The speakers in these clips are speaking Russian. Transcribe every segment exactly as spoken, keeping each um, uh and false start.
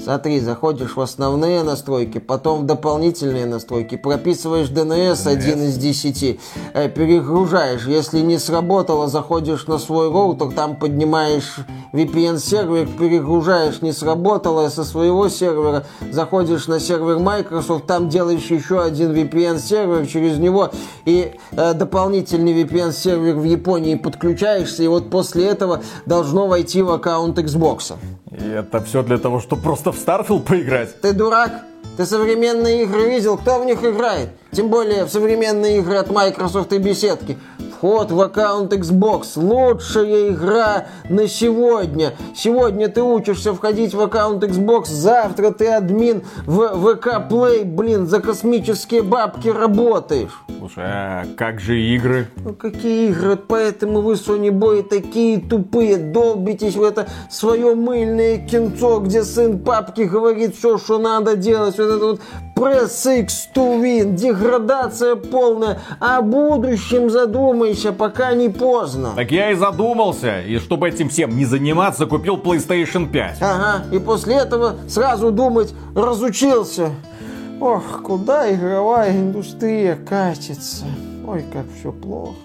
Смотри, заходишь в основные настройки, потом в дополнительные настройки, прописываешь ди эн эс один из десяти, э, перегружаешь. Если не сработало, заходишь на свой роутер, там поднимаешь ви пи эн-сервер, перегружаешь, не сработало, со своего сервера заходишь на сервер Microsoft, там делаешь еще один ви пи эн-сервер, через него и э, дополнительный ви пи эн-сервер в Японии подключаешься, и вот после этого должно войти в аккаунт Xbox. И это все для того, чтобы просто в Starfield поиграть? Ты дурак? Ты современные игры видел? Кто в них играет? Тем более в современные игры от Microsoft и беседки. Вход в аккаунт Xbox. Лучшая игра на сегодня. Сегодня ты учишься входить в аккаунт Xbox. Завтра ты админ в ви кей Play. Блин, за космические бабки работаешь. Слушай, а как же игры? Ну какие игры? Поэтому вы, Sony Boy, такие тупые. Долбитесь в это свое мыльное кинцо, где сын папки говорит все, что надо делать. Вот это вот Press X to Win. Деградация полная. О будущем задумайся, пока не поздно. Так я и задумался. И чтобы этим всем не заниматься, купил PlayStation пять. Ага, и после этого сразу думать разучился. Ох, куда игровая индустрия катится. Ой, как все плохо.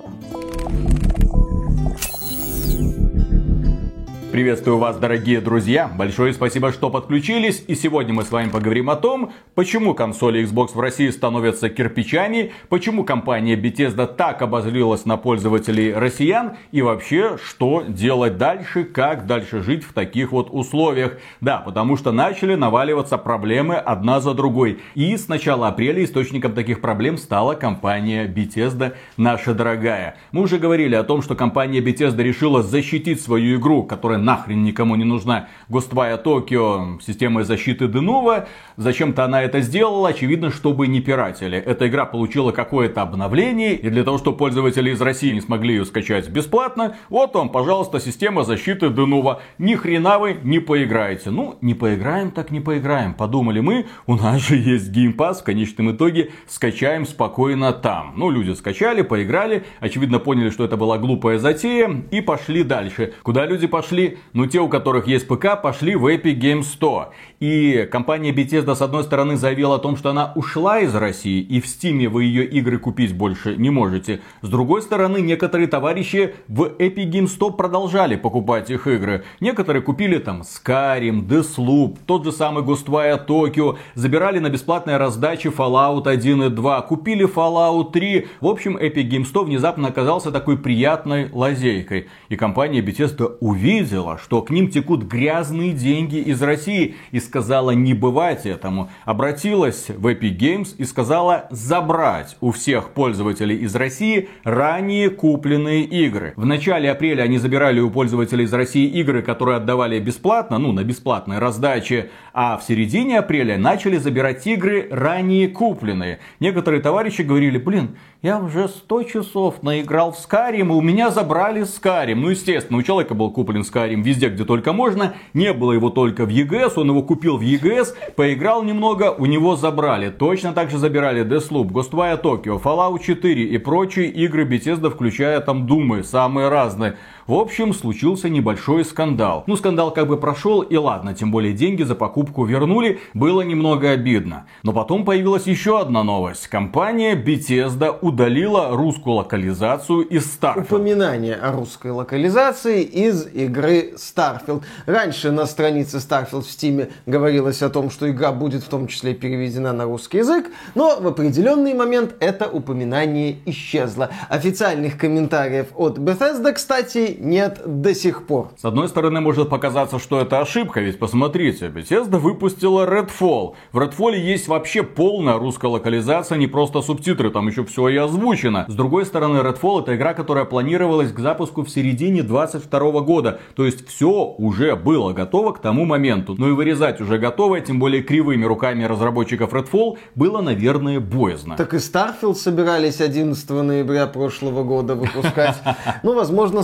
Приветствую вас, дорогие друзья. Большое спасибо, что подключились. И сегодня мы с вами поговорим о том, почему консоли Xbox в России становятся кирпичами, почему компания Bethesda так обозлилась на пользователей россиян и вообще, что делать дальше, как дальше жить в таких вот условиях. Да, потому что начали наваливаться проблемы одна за другой. И с начала апреля источником таких проблем стала компания Bethesda, наша дорогая. Мы уже говорили о том, что компания Bethesda решила защитить свою игру, которая нахрен никому не нужна, Ghostwire Tokyo системой защиты Denuvo. Зачем-то она это сделала, очевидно, чтобы не пиратели. Эта игра получила какое-то обновление, и для того, чтобы пользователи из России не смогли ее скачать бесплатно, вот вам, пожалуйста, система защиты Denuvo. Ни хрена вы не поиграете. Ну, не поиграем, так не поиграем. Подумали мы, у нас же есть Game Pass, в конечном итоге скачаем спокойно там. Ну, люди скачали, поиграли, очевидно, поняли, что это была глупая затея, и пошли дальше. Куда люди пошли? Ну, те, у которых есть ПК, пошли в Epic Games Store. И компания Bethesda, с одной стороны, заявила о том, что она ушла из России, и в Steam вы ее игры купить больше не можете. С другой стороны, некоторые товарищи в Epic Games Store продолжали покупать их игры. Некоторые купили там Skyrim, Deathloop, тот же самый Ghostwire Tokyo, забирали на бесплатной раздаче Fallout один и два, купили Fallout три. В общем, Epic Games Store внезапно оказался такой приятной лазейкой. И компания Bethesda увидела, что к ним текут грязные деньги из России, и сказала не бывать этому. Обратилась в Epic Games и сказала забрать у всех пользователей из России ранее купленные игры. В начале апреля они забирали у пользователей из России игры, которые отдавали бесплатно, ну на бесплатной раздаче, а в середине апреля начали забирать игры ранее купленные. Некоторые товарищи говорили, блин, я уже сто часов наиграл в Skyrim, и у меня забрали Skyrim. Ну, естественно, у человека был куплен Skyrim везде, где только можно. Не было его только в и джи эс, он его купил в и джи эс, поиграл немного, у него забрали. Точно так же забирали Deathloop, Ghostwire Tokyo, Fallout четыре и прочие игры Bethesda, включая там Думы, самые разные. В общем, случился небольшой скандал. Ну, скандал как бы прошел, и ладно, тем более деньги за покупку вернули, было немного обидно. Но потом появилась еще одна новость. Компания Bethesda удалила русскую локализацию из Starfield. Упоминание о русской локализации из игры Starfield. Раньше на странице Starfield в Steam говорилось о том, что игра будет в том числе переведена на русский язык, но в определенный момент это упоминание исчезло. Официальных комментариев от Bethesda, кстати, нет до сих пор. С одной стороны, может показаться, что это ошибка, ведь посмотрите, Bethesda выпустила Redfall. В Redfall есть вообще полная русская локализация, не просто субтитры, там еще все и озвучено. С другой стороны, Redfall — это игра, которая планировалась к запуску в середине двадцать второго года. То есть все уже было готово к тому моменту. Ну и вырезать уже готово, тем более кривыми руками разработчиков Redfall, было, наверное, боязно. Так и Starfield собирались одиннадцатого ноября прошлого года выпускать. Ну, возможно, состояние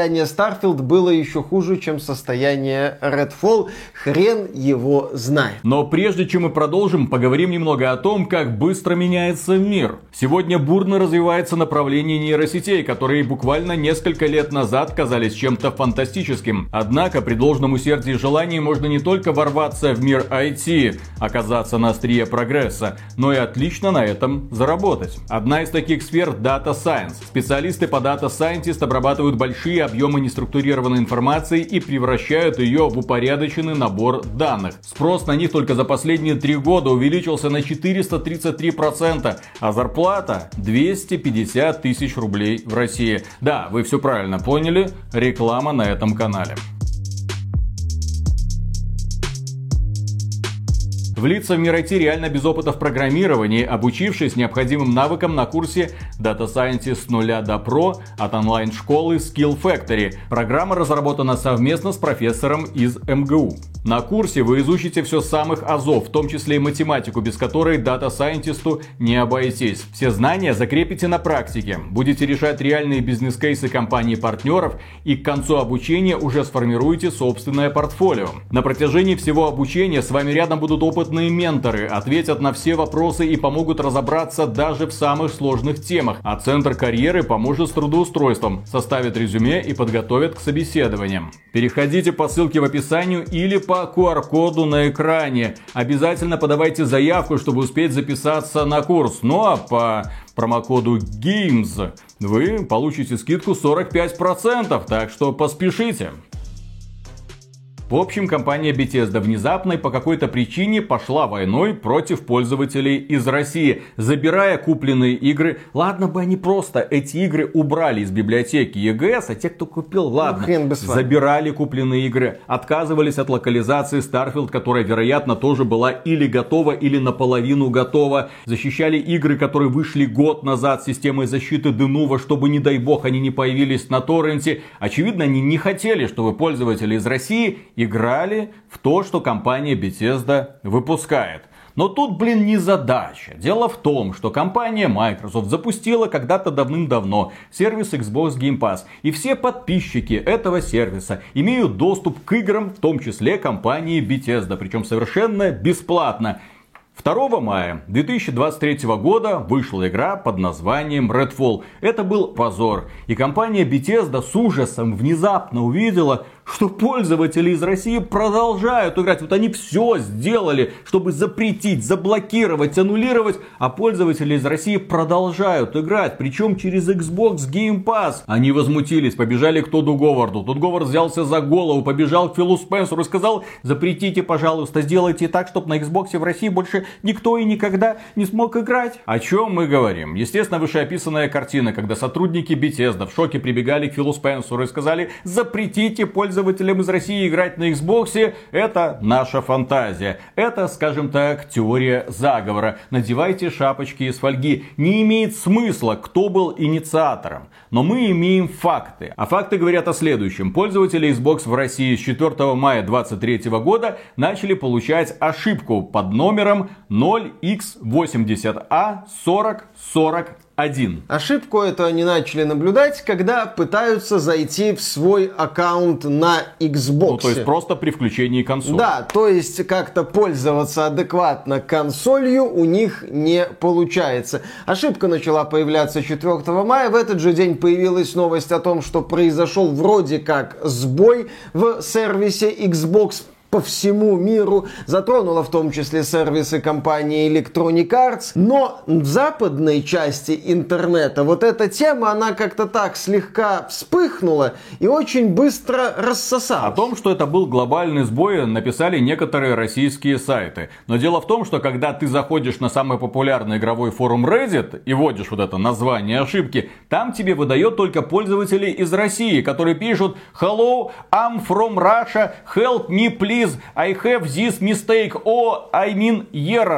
состояние Starfield было еще хуже, чем состояние Redfall. Хрен его знает. Но прежде чем мы продолжим, поговорим немного о том, как быстро меняется мир. Сегодня бурно развивается направление нейросетей, которые буквально несколько лет назад казались чем-то фантастическим. Однако при должном усердии и желании можно не только ворваться в мир ай ти, оказаться на острие прогресса, но и отлично на этом заработать. Одна из таких сфер – Data Science. Специалисты по Data Scientist обрабатывают большие объемы неструктурированной информации и превращают ее в упорядоченный набор данных. Спрос на них только за последние три года увеличился на четыреста тридцать три процента, а зарплата двести пятьдесят тысяч рублей в России. Да, вы все правильно поняли, реклама на этом канале. Влиться в мир ай ти реально без опыта в программировании, обучившись необходимым навыкам на курсе Data Scientist с нуля до про от онлайн-школы Skill Factory. Программа разработана совместно с профессором из эм гэ у. На курсе вы изучите все с самых азов, в том числе и математику, без которой дата-сайентисту не обойтись. Все знания закрепите на практике, будете решать реальные бизнес-кейсы компаний-партнеров и к концу обучения уже сформируете собственное портфолио. На протяжении всего обучения с вами рядом будут опытные менторы, ответят на все вопросы и помогут разобраться даже в самых сложных темах. А Центр карьеры поможет с трудоустройством, составит резюме и подготовит к собеседованиям. Переходите по ссылке в описании или по по ку ар коду на экране. Обязательно подавайте заявку, чтобы успеть записаться на курс. Ну а по промокоду геймс вы получите скидку сорок пять процентов, так что поспешите. В общем, компания Bethesda внезапно и по какой-то причине пошла войной против пользователей из России, забирая купленные игры. Ладно бы они просто эти игры убрали из библиотеки и джи эс, а те, кто купил, ладно, ну, забирали купленные игры, отказывались от локализации Starfield, которая, вероятно, тоже была или готова, или наполовину готова. Защищали игры, которые вышли год назад системой защиты Denuvo, чтобы, не дай бог, они не появились на торренте. Очевидно, они не хотели, чтобы пользователи из России играли в то, что компания Bethesda выпускает. Но тут, блин, не задача. Дело в том, что компания Microsoft запустила когда-то давным-давно сервис Xbox Game Pass. И все подписчики этого сервиса имеют доступ к играм, в том числе компании Bethesda. Причем совершенно бесплатно. второго мая две тысячи двадцать третьего года вышла игра под названием Redfall. Это был позор. И компания Bethesda с ужасом внезапно увидела, что пользователи из России продолжают играть. Вот они все сделали, чтобы запретить, заблокировать, аннулировать. А пользователи из России продолжают играть. Причем через Xbox Game Pass. Они возмутились, побежали к Тодду Говарду. Тодд Говард взялся за голову, побежал к Филу Спенсеру и сказал: запретите, пожалуйста, сделайте так, чтобы на Xbox в России больше никто и никогда не смог играть. О чем мы говорим? Естественно, вышеописанная картина, когда сотрудники Bethesda в шоке прибегали к Филу Спенсеру и сказали: запретите пользователям из России играть на Xbox, это наша фантазия. Это, скажем так, теория заговора. Надевайте шапочки из фольги. Не имеет смысла, кто был инициатором. Но мы имеем факты. А факты говорят о следующем. Пользователи Xbox в России с четвёртого мая две тысячи двадцать третьего года начали получать ошибку под номером ноль икс восемьдесят а сорок сорок один. Ошибку эту они начали наблюдать, когда пытаются зайти в свой аккаунт на Xbox. Ну, то есть просто при включении консоли. Да, то есть как-то пользоваться адекватно консолью у них не получается. Ошибка начала появляться четвёртого мая. В этот же день появилась новость о том, что произошел вроде как сбой в сервисе Xbox по всему миру, затронула в том числе сервисы компании Electronic Arts, но в западной части интернета вот эта тема, она как-то так слегка вспыхнула и очень быстро рассосалась. О том, что это был глобальный сбой, написали некоторые российские сайты. Но дело в том, что когда ты заходишь на самый популярный игровой форум Reddit и вводишь вот это название ошибки, там тебе выдает только пользователи из России, которые пишут: Hello, I'm from Russia, help me please. I have this mistake, oh, I mean error.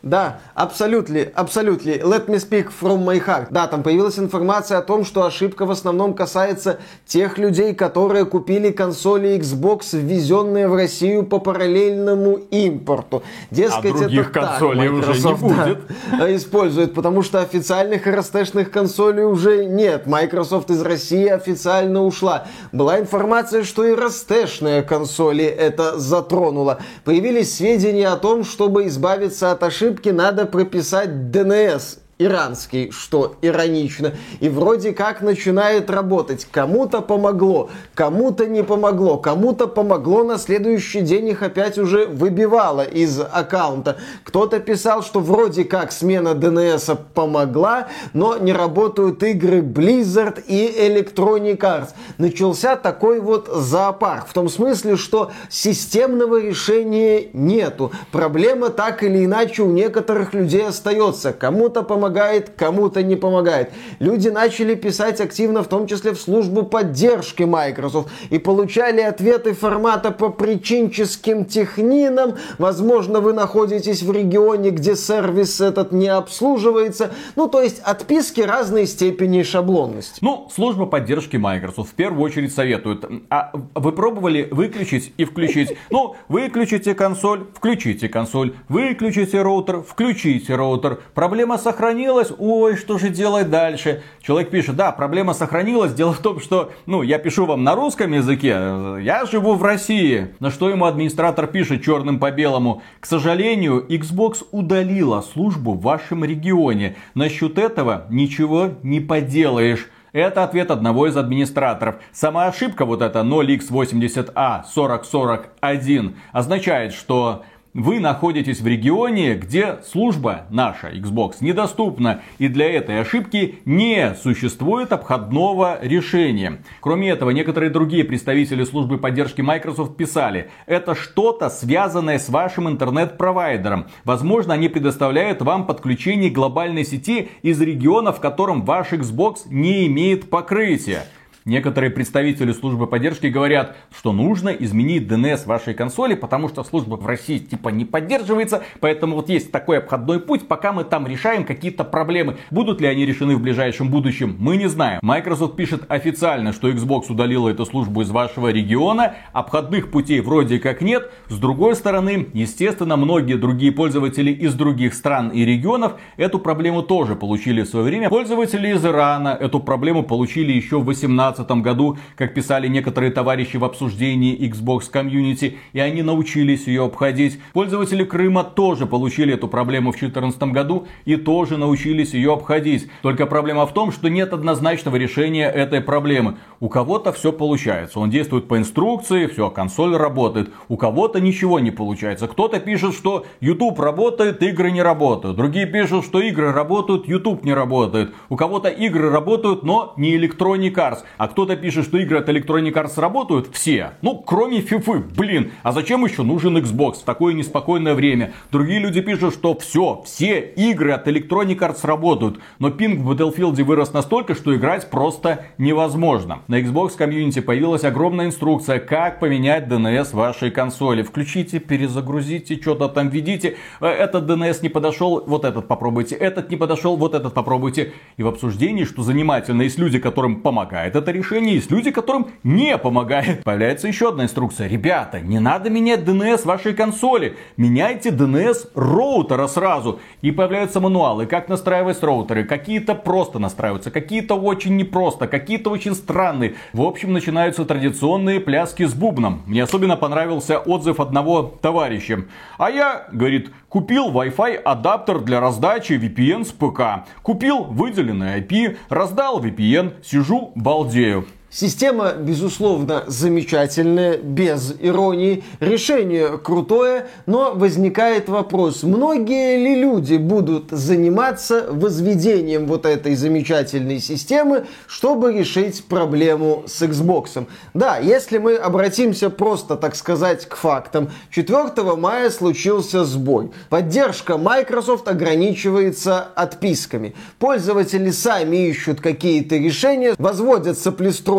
Да, абсолютно, абсолютно. Let me speak from my heart. Да, там появилась информация о том, что ошибка в основном касается тех людей, которые купили консоли Xbox, ввезенные в Россию по параллельному импорту. Дескать, а других это консолей так, уже не будет. Да, используют, потому что официальных эр эс ти-шных консолей уже нет. Microsoft из России официально ушла. Была информация, что и эр эс ти-шные консоли это затронуло. Появились сведения о том, чтобы избавиться от ошибки, надо прописать ди эн эс иранский, что иронично, и вроде как начинает работать. Кому-то помогло, кому-то не помогло, кому-то помогло, на следующий день их опять уже выбивало из аккаунта. Кто-то писал, что вроде как смена ди эн эс помогла, но не работают игры Blizzard и Electronic Arts. Начался такой вот зоопарк, в том смысле, что системного решения нету. Проблема так или иначе у некоторых людей остается. Кому-то помогает, помогает, кому-то не помогает. Люди начали писать активно, в том числе в службу поддержки Microsoft, и получали ответы формата по причинческим технинам. Возможно, вы находитесь в регионе, где сервис этот не обслуживается. Ну, то есть отписки разной степени шаблонности. Ну, служба поддержки Microsoft в первую очередь советует. А вы пробовали выключить и включить? Ну, выключите консоль, включите консоль. Выключите роутер, включите роутер. Проблема сохранилась. Ой, что же делать дальше? Человек пишет, да, проблема сохранилась. Дело в том, что, ну, я пишу вам на русском языке, я живу в России. На что ему администратор пишет черным по белому: к сожалению, Xbox удалила службу в вашем регионе. Насчет этого ничего не поделаешь. Это ответ одного из администраторов. Сама ошибка, вот эта ноль икс восемьдесят а сорок сорок один, означает, что вы находитесь в регионе, где служба наша, Xbox, недоступна. И для этой ошибки не существует обходного решения. Кроме этого, некоторые другие представители службы поддержки Microsoft писали: это что-то связанное с вашим интернет-провайдером. Возможно, они предоставляют вам подключение к глобальной сети из региона, в котором ваш Xbox не имеет покрытия. Некоторые представители службы поддержки говорят, что нужно изменить ди эн эс вашей консоли, потому что служба в России типа не поддерживается, поэтому вот есть такой обходной путь, пока мы там решаем какие-то проблемы. Будут ли они решены в ближайшем будущем, мы не знаем. Microsoft пишет официально, что Xbox удалила эту службу из вашего региона, обходных путей вроде как нет. С другой стороны, естественно, многие другие пользователи из других стран и регионов эту проблему тоже получили в свое время. Пользователи из Ирана эту проблему получили еще в две тысячи восемнадцатом году, как писали некоторые товарищи в обсуждении Xbox Community, и они научились ее обходить. Пользователи Крыма тоже получили эту проблему в две тысячи четырнадцатом году и тоже научились ее обходить. Только проблема в том, что нет однозначного решения этой проблемы. У кого-то все получается, он действует по инструкции, все, консоль работает. У кого-то ничего не получается. Кто-то пишет, что YouTube работает, игры не работают. Другие пишут, что игры работают, YouTube не работает. У кого-то игры работают, но не Electronic Arts. А кто-то пишет, что игры от Electronic Arts работают. Все. Ну, кроме FIFA. Блин, а зачем еще нужен Xbox в такое неспокойное время? Другие люди пишут, что все, все игры от Electronic Arts работают. Но пинг в Battlefield вырос настолько, что играть просто невозможно. На Xbox Community появилась огромная инструкция, как поменять ди эн эс вашей консоли. Включите, перезагрузите, что-то там введите. Этот ди эн эс не подошел, вот этот попробуйте. Этот не подошел, вот этот попробуйте. И в обсуждении, что занимательно, есть люди, которым помогает это решение, есть люди, которым не помогает. Появляется еще одна инструкция. Ребята, не надо менять ди эн эс вашей консоли. Меняйте ди эн эс роутера сразу. И появляются мануалы, как настраивать роутеры. Какие-то просто настраиваются, какие-то очень непросто, какие-то очень странные. В общем, начинаются традиционные пляски с бубном. Мне особенно понравился отзыв одного товарища. А я, говорит, купил Wi-Fi адаптер для раздачи ви пи эн с ПК. Купил выделенный ай пи, раздал ви пи эн, сижу, балдею. Система, безусловно, замечательная, без иронии. Решение крутое, но возникает вопрос, многие ли люди будут заниматься возведением вот этой замечательной системы, чтобы решить проблему с Xbox. Да, если мы обратимся просто, так сказать, к фактам. четвёртого мая случился сбой. Поддержка Microsoft ограничивается отписками. Пользователи сами ищут какие-то решения, возводят соплестрой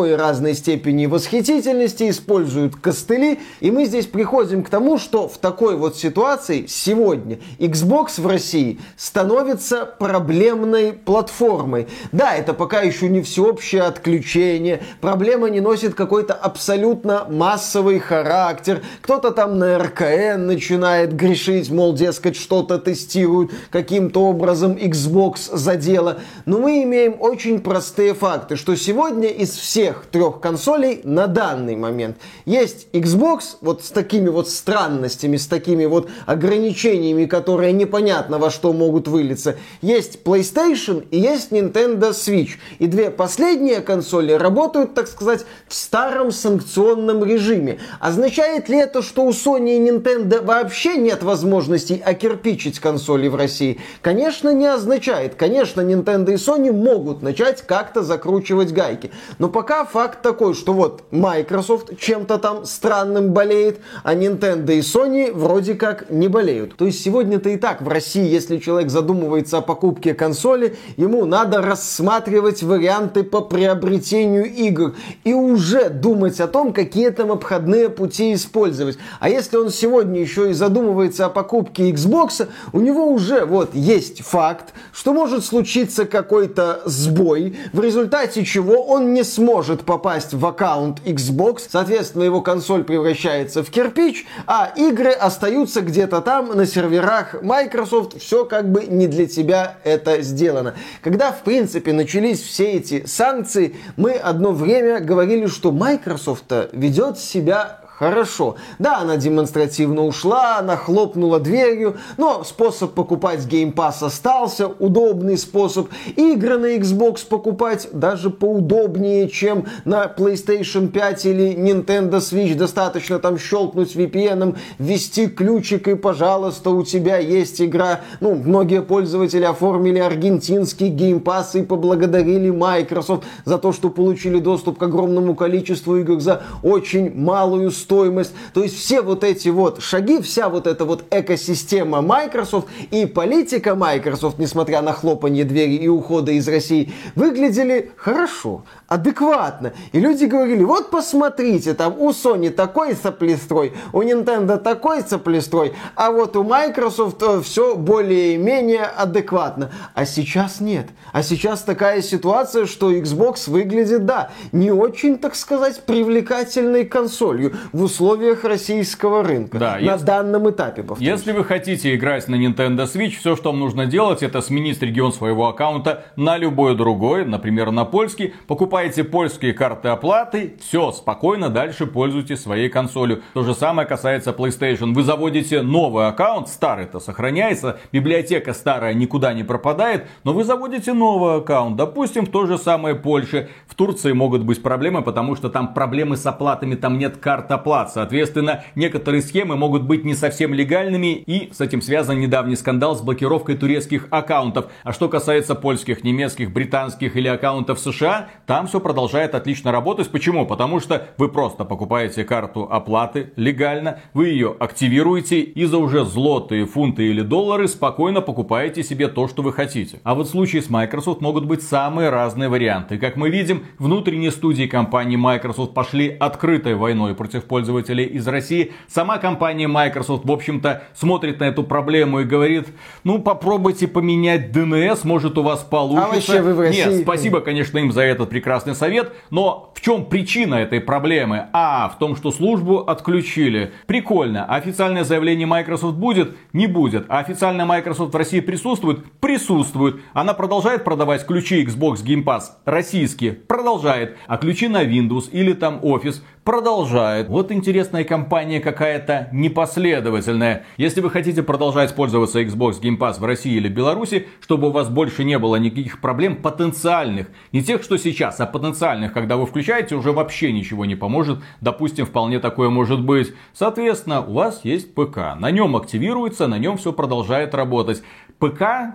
самой разной степени восхитительности, используют костыли. И мы здесь приходим к тому, что в такой вот ситуации сегодня Xbox в России становится проблемной платформой. Да, это пока еще не всеобщее отключение, проблема не носит какой-то абсолютно массовый характер. Кто-то там на эр ка эн начинает грешить, мол, дескать, что-то тестируют, каким-то образом Xbox задело. Но мы имеем очень простые факты, что сегодня из всех трех консолей на данный момент есть Xbox вот с такими вот странностями, с такими вот ограничениями, которые непонятно во что могут вылиться. Есть PlayStation и есть Nintendo Switch. И две последние консоли работают, так сказать, в старом санкционном режиме. Означает ли это, что у Sony и Nintendo вообще нет возможности окирпичить консоли в России? Конечно, не означает. Конечно, Nintendo и Sony могут начать как-то закручивать гайки. Но пока факт такой, что вот Microsoft чем-то там странным болеет, а Nintendo и Sony вроде как не болеют. То есть сегодня-то и так в России, если человек задумывается о покупке консоли, ему надо рассматривать варианты по приобретению игр и уже думать о том, какие там обходные пути использовать. А если он сегодня еще и задумывается о покупке Xbox, у него уже вот есть факт, что может случиться какой-то сбой, в результате чего он не сможет попасть в аккаунт Xbox, соответственно, его консоль превращается в кирпич, а игры остаются где-то там на серверах Microsoft, все как бы не для тебя это сделано. Когда, в принципе, начались все эти санкции, мы одно время говорили, что Microsoft ведет себя хорошо. Да, она демонстративно ушла, она хлопнула дверью, но способ покупать Game Pass остался, удобный способ. Игры на Xbox покупать даже поудобнее, чем на PlayStation пять или Nintendo Switch. Достаточно там щелкнуть ви пи эн, ввести ключик, и, пожалуйста, у тебя есть игра. Ну, многие пользователи оформили аргентинский Game Pass и поблагодарили Microsoft за то, что получили доступ к огромному количеству игр за очень малую стоимость. стоимость. То есть все вот эти вот шаги, вся вот эта вот экосистема Microsoft и политика Microsoft, несмотря на хлопанье двери и ухода из России, выглядели хорошо, адекватно. И люди говорили, вот посмотрите, там у Sony такой соплестрой, у Nintendo такой соплестрой, а вот у Microsoft все более-менее адекватно. А сейчас нет. А сейчас такая ситуация, что Xbox выглядит, да, не очень, так сказать, привлекательной консолью в условиях российского рынка. Да, на если, данном этапе, повторюсь. Если вы хотите играть на Nintendo Switch, все, что вам нужно делать, это сменить регион своего аккаунта на любой другой, например, на польский. Покупаете польские карты оплаты, все, спокойно дальше пользуйтесь своей консолью. То же самое касается PlayStation. Вы заводите новый аккаунт, старый-то сохраняется, библиотека старая никуда не пропадает, но вы заводите новый аккаунт, допустим, в той же самой Польше. В Турции могут быть проблемы, потому что там проблемы с оплатами, там нет карт оплат. Соответственно, некоторые схемы могут быть не совсем легальными, и с этим связан недавний скандал с блокировкой турецких аккаунтов. А что касается польских, немецких, британских или аккаунтов США, там все продолжает отлично работать. Почему? Потому что вы просто покупаете карту оплаты легально, вы ее активируете и за уже злотые, фунты или доллары спокойно покупаете себе то, что вы хотите. А вот в случае с Microsoft могут быть самые разные варианты. Как мы видим, внутренние студии компании Microsoft пошли открытой войной против пользователей из России. Сама компания Microsoft, в общем-то, смотрит на эту проблему и говорит, ну, попробуйте поменять ди эн эс, может у вас получится. А вообще вы в России... Нет, спасибо, конечно, им за этот прекрасный совет, но в чем причина этой проблемы? А, в том, что службу отключили. Прикольно. Официальное заявление Microsoft будет? Не будет. А официально Microsoft в России присутствует? Присутствует. Она продолжает продавать ключи Xbox Game Pass российские? Продолжает. А ключи на Windows или там Office? Продолжает. Вот интересная компания какая-то непоследовательная. Если вы хотите продолжать пользоваться Xbox Game Pass в России или Беларуси, чтобы у вас больше не было никаких проблем потенциальных, не тех, что сейчас, а потенциальных, когда вы включаете, уже вообще ничего не поможет. Допустим, вполне такое может быть. Соответственно, у вас есть ПК. На нем активируется, на нем все продолжает работать. ПК...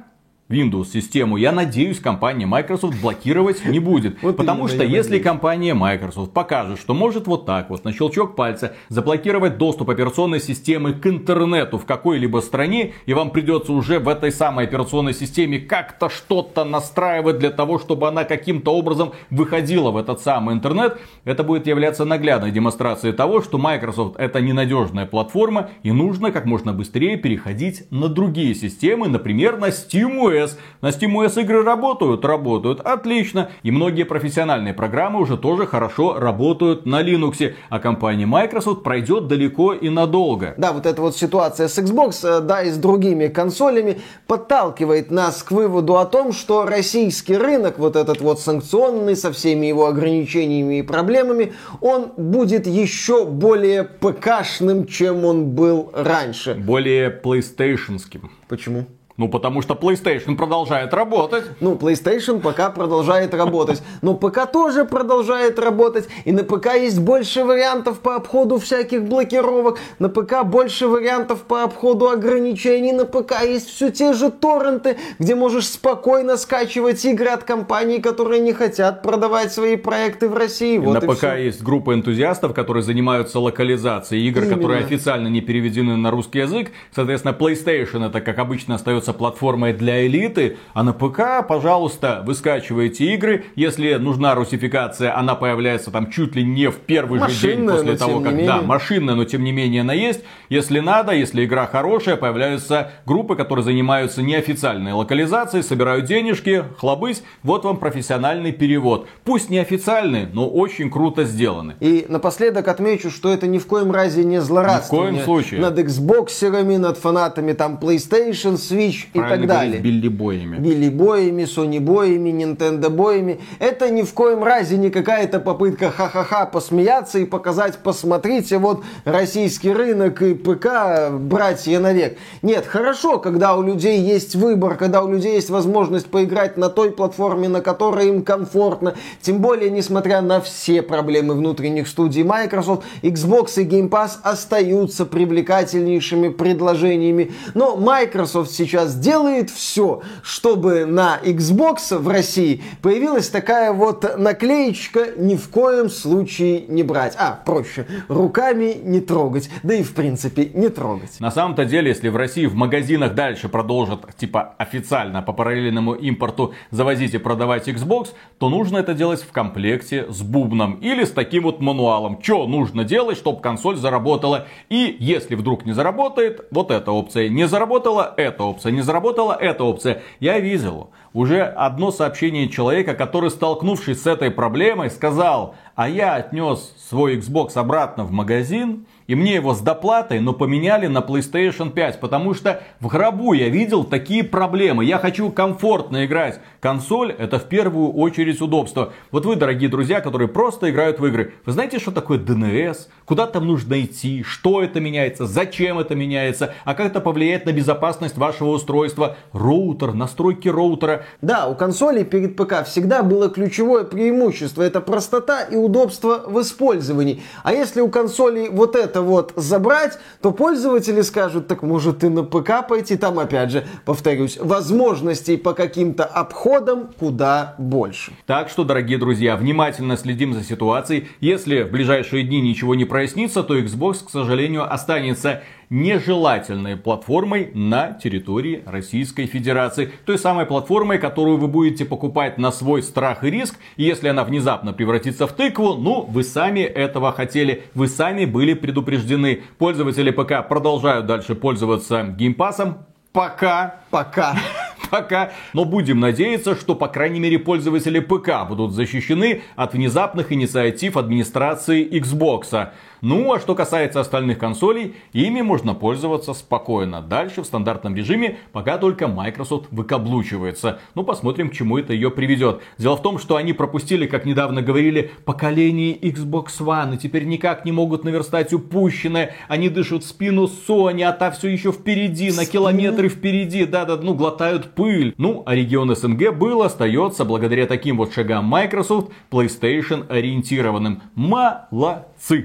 Windows-систему, я надеюсь, компания Microsoft блокировать не будет. Вот Потому что если надеюсь. компания Microsoft покажет, что может вот так вот на щелчок пальца заблокировать доступ операционной системы к интернету в какой-либо стране, и вам придется уже в этой самой операционной системе как-то что-то настраивать для того, чтобы она каким-то образом выходила в этот самый интернет, это будет являться наглядной демонстрацией того, что Microsoft это ненадежная платформа, и нужно как можно быстрее переходить на другие системы, например, на SteamOS. На SteamOS игры работают? Работают. Отлично. И многие профессиональные программы уже тоже хорошо работают на Linux. А компания Microsoft пройдет далеко и надолго. Да, вот эта вот ситуация с Xbox, да, и с другими консолями подталкивает нас к выводу о том, что российский рынок, вот этот вот санкционный, со всеми его ограничениями и проблемами, он будет еще более ПКшным, чем он был раньше. Более PlayStationским. Почему? Ну, потому что PlayStation продолжает работать. Ну, PlayStation пока продолжает работать. Но ПК тоже продолжает работать. И на ПК есть больше вариантов по обходу всяких блокировок. На ПК больше вариантов по обходу ограничений. На ПК есть все те же торренты, где можешь спокойно скачивать игры от компаний, которые не хотят продавать свои проекты в России. Вот на ПК все. Есть группа энтузиастов, которые занимаются локализацией игр, Именно. которые официально не переведены на русский язык. Соответственно, PlayStation это, как обычно, остается платформой для элиты, а на ПК, пожалуйста, вы скачиваете игры. Если нужна русификация, она появляется там чуть ли не в первый машинная, же день после того, как... менее. Да, машинная, но тем не менее она есть. Если надо, если игра хорошая, появляются группы, которые занимаются неофициальной локализацией, собирают денежки, хлобысь. Вот вам профессиональный перевод. Пусть неофициальный, но очень круто сделанный. И напоследок отмечу, что это ни в коем разе не злорадствование. Ни в коем случае. Над Xboxерами, над фанатами там PlayStation, Switch и так далее. Билли-боями. Билли-боями, Сони-боями, Nintendo-боями. Это ни в коем разе не какая-то попытка ха-ха-ха посмеяться и показать, посмотрите, вот российский рынок и ПК, братья навек. Нет, хорошо, когда у людей есть выбор, когда у людей есть возможность поиграть на той платформе, на которой им комфортно. Тем более, несмотря на все проблемы внутренних студий Microsoft, Xbox и Game Pass остаются привлекательнейшими предложениями. Но Microsoft сейчас делает все, чтобы на Xbox в России появилась такая вот наклеечка «Ни в коем случае не брать». А, проще, руками не трогать. Да и в принципе не трогать. На самом-то деле, если в России в магазинах дальше продолжат, типа официально по параллельному импорту завозить и продавать Xbox, то нужно это делать в комплекте с бубном или с таким вот мануалом. Что нужно делать, чтобы консоль заработала. И если вдруг не заработает, вот эта опция. Не заработала, эта опция. Не заработала, эта опция. Я видел уже одно сообщение человека, который, столкнувшись с этой проблемой, сказал: а я отнес свой Xbox обратно в магазин, и мне его с доплатой, но поменяли на PlayStation пять, потому что в гробу я видел такие проблемы. Я хочу комфортно играть. Консоль — это в первую очередь удобство. Вот вы, дорогие друзья, которые просто играют в игры, вы знаете, что такое ди эн эс? Куда там нужно идти? Что это меняется? Зачем это меняется? А как это повлияет на безопасность вашего устройства? Роутер, настройки роутера. Да, у консолей перед ПК всегда было ключевое преимущество. Это простота и удобство в использовании. А если у консолей вот это вот забрать, то пользователи скажут: так может и на ПК пойти. Там, опять же, повторюсь, возможностей по каким-то обходам куда больше. Так что, дорогие друзья, внимательно следим за ситуацией. Если в ближайшие дни ничего не прояснится, то Xbox, к сожалению, останется нежелательной платформой на территории Российской Федерации. Той самой платформой, которую вы будете покупать на свой страх и риск. И если она внезапно превратится в тыкву, ну, вы сами этого хотели. Вы сами были предупреждены. Пользователи ПК продолжают дальше пользоваться геймпасом. Пока. Пока. Пока. Но будем надеяться, что, по крайней мере, пользователи ПК будут защищены от внезапных инициатив администрации Xbox. Ну, а что касается остальных консолей, ими можно пользоваться спокойно. Дальше в стандартном режиме, пока только Microsoft выкаблучивается. Ну, посмотрим, к чему это ее приведет. Дело в том, что они пропустили, как недавно говорили, поколение Xbox One. И теперь никак не могут наверстать упущенное. Они дышат в спину Sony, а та все еще впереди, на километры впереди. Да-да, ну, глотают пыль. Ну, а регион СНГ был, остается, благодаря таким вот шагам Microsoft, PlayStation ориентированным. Молодцы. Насчет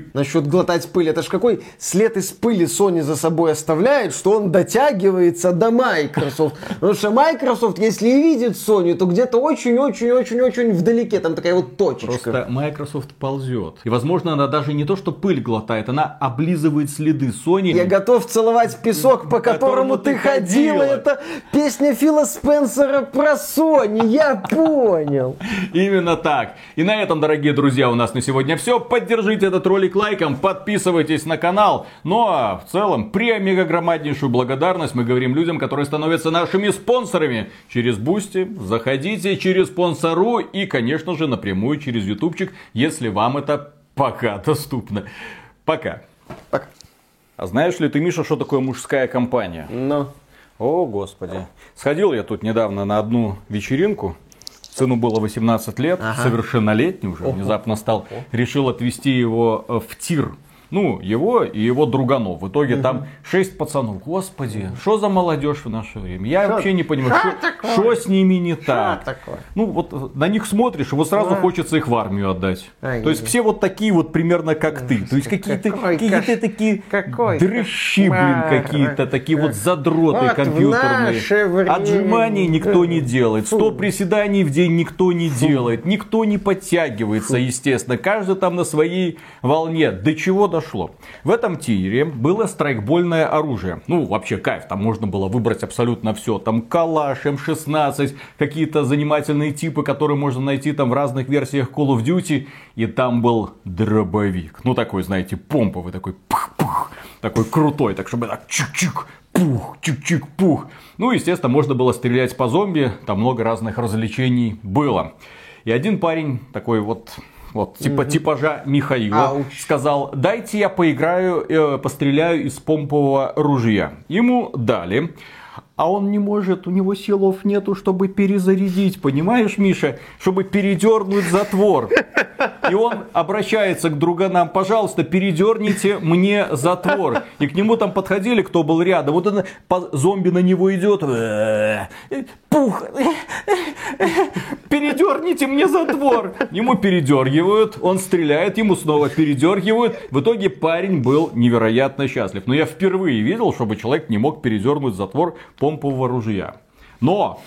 вот глотать пыль. Это ж какой след из пыли Sony за собой оставляет, что он дотягивается до Microsoft. Потому что Microsoft, если и видит Sony, то где-то очень-очень-очень-очень вдалеке. Там такая вот точечка. Просто Microsoft ползет. И, возможно, она даже не то, что пыль глотает, она облизывает следы Sony. Я готов целовать песок, по которому, которому ты ходила. Это песня Фила Спенсера про Sony. Я понял. Именно так. И на этом, дорогие друзья, у нас на сегодня все. Поддержите этот ролик лайком, подписывайтесь на канал. Ну а в целом, преомега-громаднейшую благодарность мы говорим людям, которые становятся нашими спонсорами. Через Бусти, заходите через Спонсору и, конечно же, напрямую через ютубчик, если вам это пока доступно. Пока. Пока. А знаешь ли ты, Миша, что такое мужская компания? Ну. О, господи. Сходил я тут недавно на одну вечеринку. Сыну было восемнадцать лет, ага. Совершеннолетний уже, Ого. Внезапно стал. Ого. Решил отвезти его в тир. Ну, его и его друганов. В итоге угу. там шесть пацанов. Господи, что за молодежь в наше время? Я шо, вообще не понимаю, что с ними не так. Такое? Ну, вот на них смотришь, и вот сразу а. хочется их в армию отдать. А, То есть все вот такие вот примерно как ты. То есть какие-то какие такие какой дрыщи, блин, какие-то такие вот задроты вот компьютерные. Отжиманий никто не делает. сто приседаний в день никто не Фу. делает. Никто не подтягивается, Фу. естественно. Каждый там на своей волне. До чего дошло? В этом тире было страйкбольное оружие. Ну, вообще кайф, там можно было выбрать абсолютно все. Там калаш, эм шестнадцать, какие-то занимательные типы, которые можно найти там в разных версиях Call of Duty. И там был дробовик. Ну, такой, знаете, помповый, такой пух-пух, такой крутой, так чтобы так чик-чик, пух, чик-чик-пух. Ну, естественно, можно было стрелять по зомби, там много разных развлечений было. И один парень такой вот... Вот, типа mm-hmm. типажа Михаила Ауч. сказал, дайте я поиграю, э, постреляю из помпового ружья. Ему дали. А он не может, у него силов нету, чтобы перезарядить, понимаешь, Миша? Чтобы передернуть затвор. И он обращается к друганам, пожалуйста, передерните мне затвор. И к нему там подходили, кто был рядом. Вот он, зомби на него идет. Пух, передерните мне затвор. Ему передергивают, он стреляет, ему снова передергивают. В итоге парень был невероятно счастлив. Но я впервые видел, чтобы человек не мог передернуть затвор помпового ружья. Но...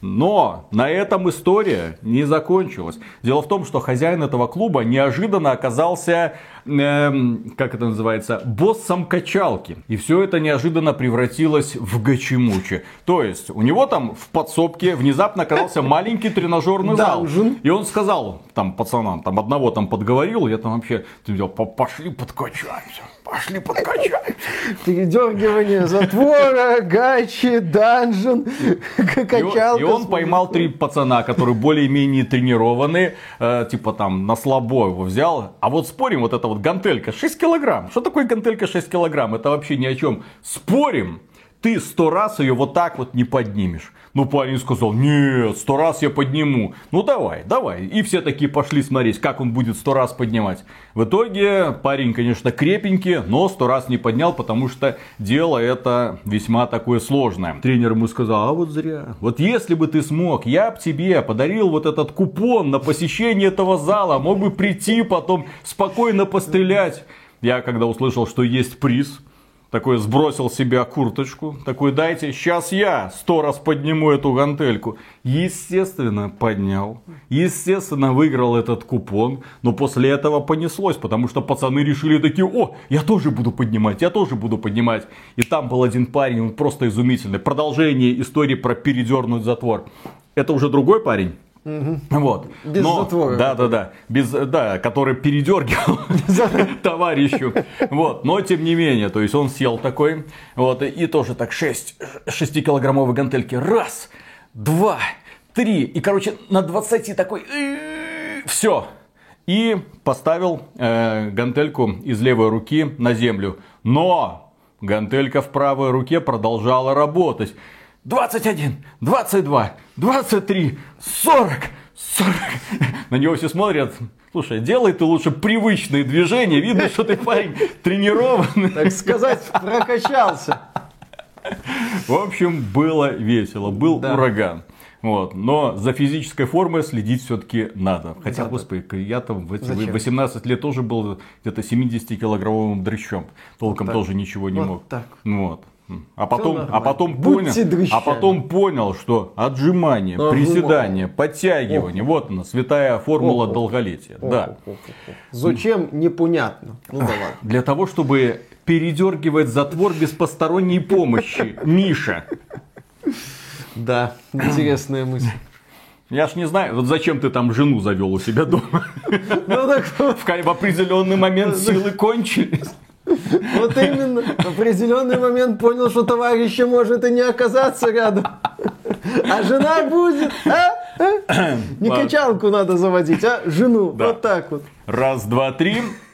Но на этом история не закончилась. Дело в том, что хозяин этого клуба неожиданно оказался, э, как это называется, боссом качалки. И все это неожиданно превратилось в гачи-мучи. То есть у него там в подсобке внезапно оказался маленький тренажерный зал. И он сказал там пацанам, там одного там подговорил, я там вообще пошли подкачаемся. Пошли подкачаемся. Передергивание затвора, гачи, данжен, качалка. И он поймал три пацана, которые более-менее тренированные, э, типа там на слабо его взял. А вот спорим, вот эта вот гантелька шесть килограмм. Что такое гантелька шесть килограмм? Это вообще ни о чем. Спорим, ты сто раз ее вот так вот не поднимешь. Ну, парень сказал, нет, сто раз я подниму. Ну, давай, давай. И все такие пошли смотреть, как он будет сто раз поднимать. В итоге парень, конечно, крепенький, но сто раз не поднял, потому что дело это весьма такое сложное. Тренер ему сказал, а вот зря. Вот если бы ты смог, я бы тебе подарил вот этот купон на посещение этого зала. Мог бы прийти потом спокойно пострелять. Я когда услышал, что есть приз... Такой сбросил себе курточку. Такой, дайте, сейчас я сто раз подниму эту гантельку. Естественно, поднял. Естественно, выиграл этот купон. Но после этого понеслось. Потому что пацаны решили такие, о, я тоже буду поднимать, я тоже буду поднимать. И там был один парень, он просто изумительный. Продолжение истории про передернуть затвор. Это уже другой парень. Угу. Вот. Без Но, затвора. Да, да, да. Без, да, который передергивал товарищу. Вот. Но тем не менее, то есть он сел такой. Вот. И тоже так шесть шестикилограммовой гантельки. Раз, два, три. И, короче, на двадцати такой. Все. И поставил э, гантельку из левой руки на землю. Но гантелька в правой руке продолжала работать. двадцать один, двадцать два, двадцать три, сорок, сорок. На него все смотрят. Слушай, делай ты лучше привычные движения. Видно, что ты парень тренированный. Так сказать, прокачался. В общем, было весело. Был да. ураган. Вот. Но за физической формой следить все-таки надо. Хотя, Да, господи, я там в эти Зачем? восемнадцать лет тоже был где-то семидесятикилограммовым дрыщом. Толком Вот тоже ничего не Вот мог. так. Вот. А потом, а нормально. потом Будьте понял, дрыщами. а потом понял, что отжимание, Ага. приседание, подтягивание, вот она, святая формула Ого. долголетия. Да. Зачем? Непонятно. Ну да ладно. Для того, чтобы передергивать затвор без посторонней помощи. Миша. Да, интересная мысль. Я ж не знаю, вот зачем ты там жену завел у себя дома? Ну так В в определенный момент силы кончились. вот именно. В определенный момент понял, что товарища может и не оказаться рядом. А жена будет. А? А? Не Ладно. качалку надо заводить, а жену. Да. Вот так вот. Раз, два, три.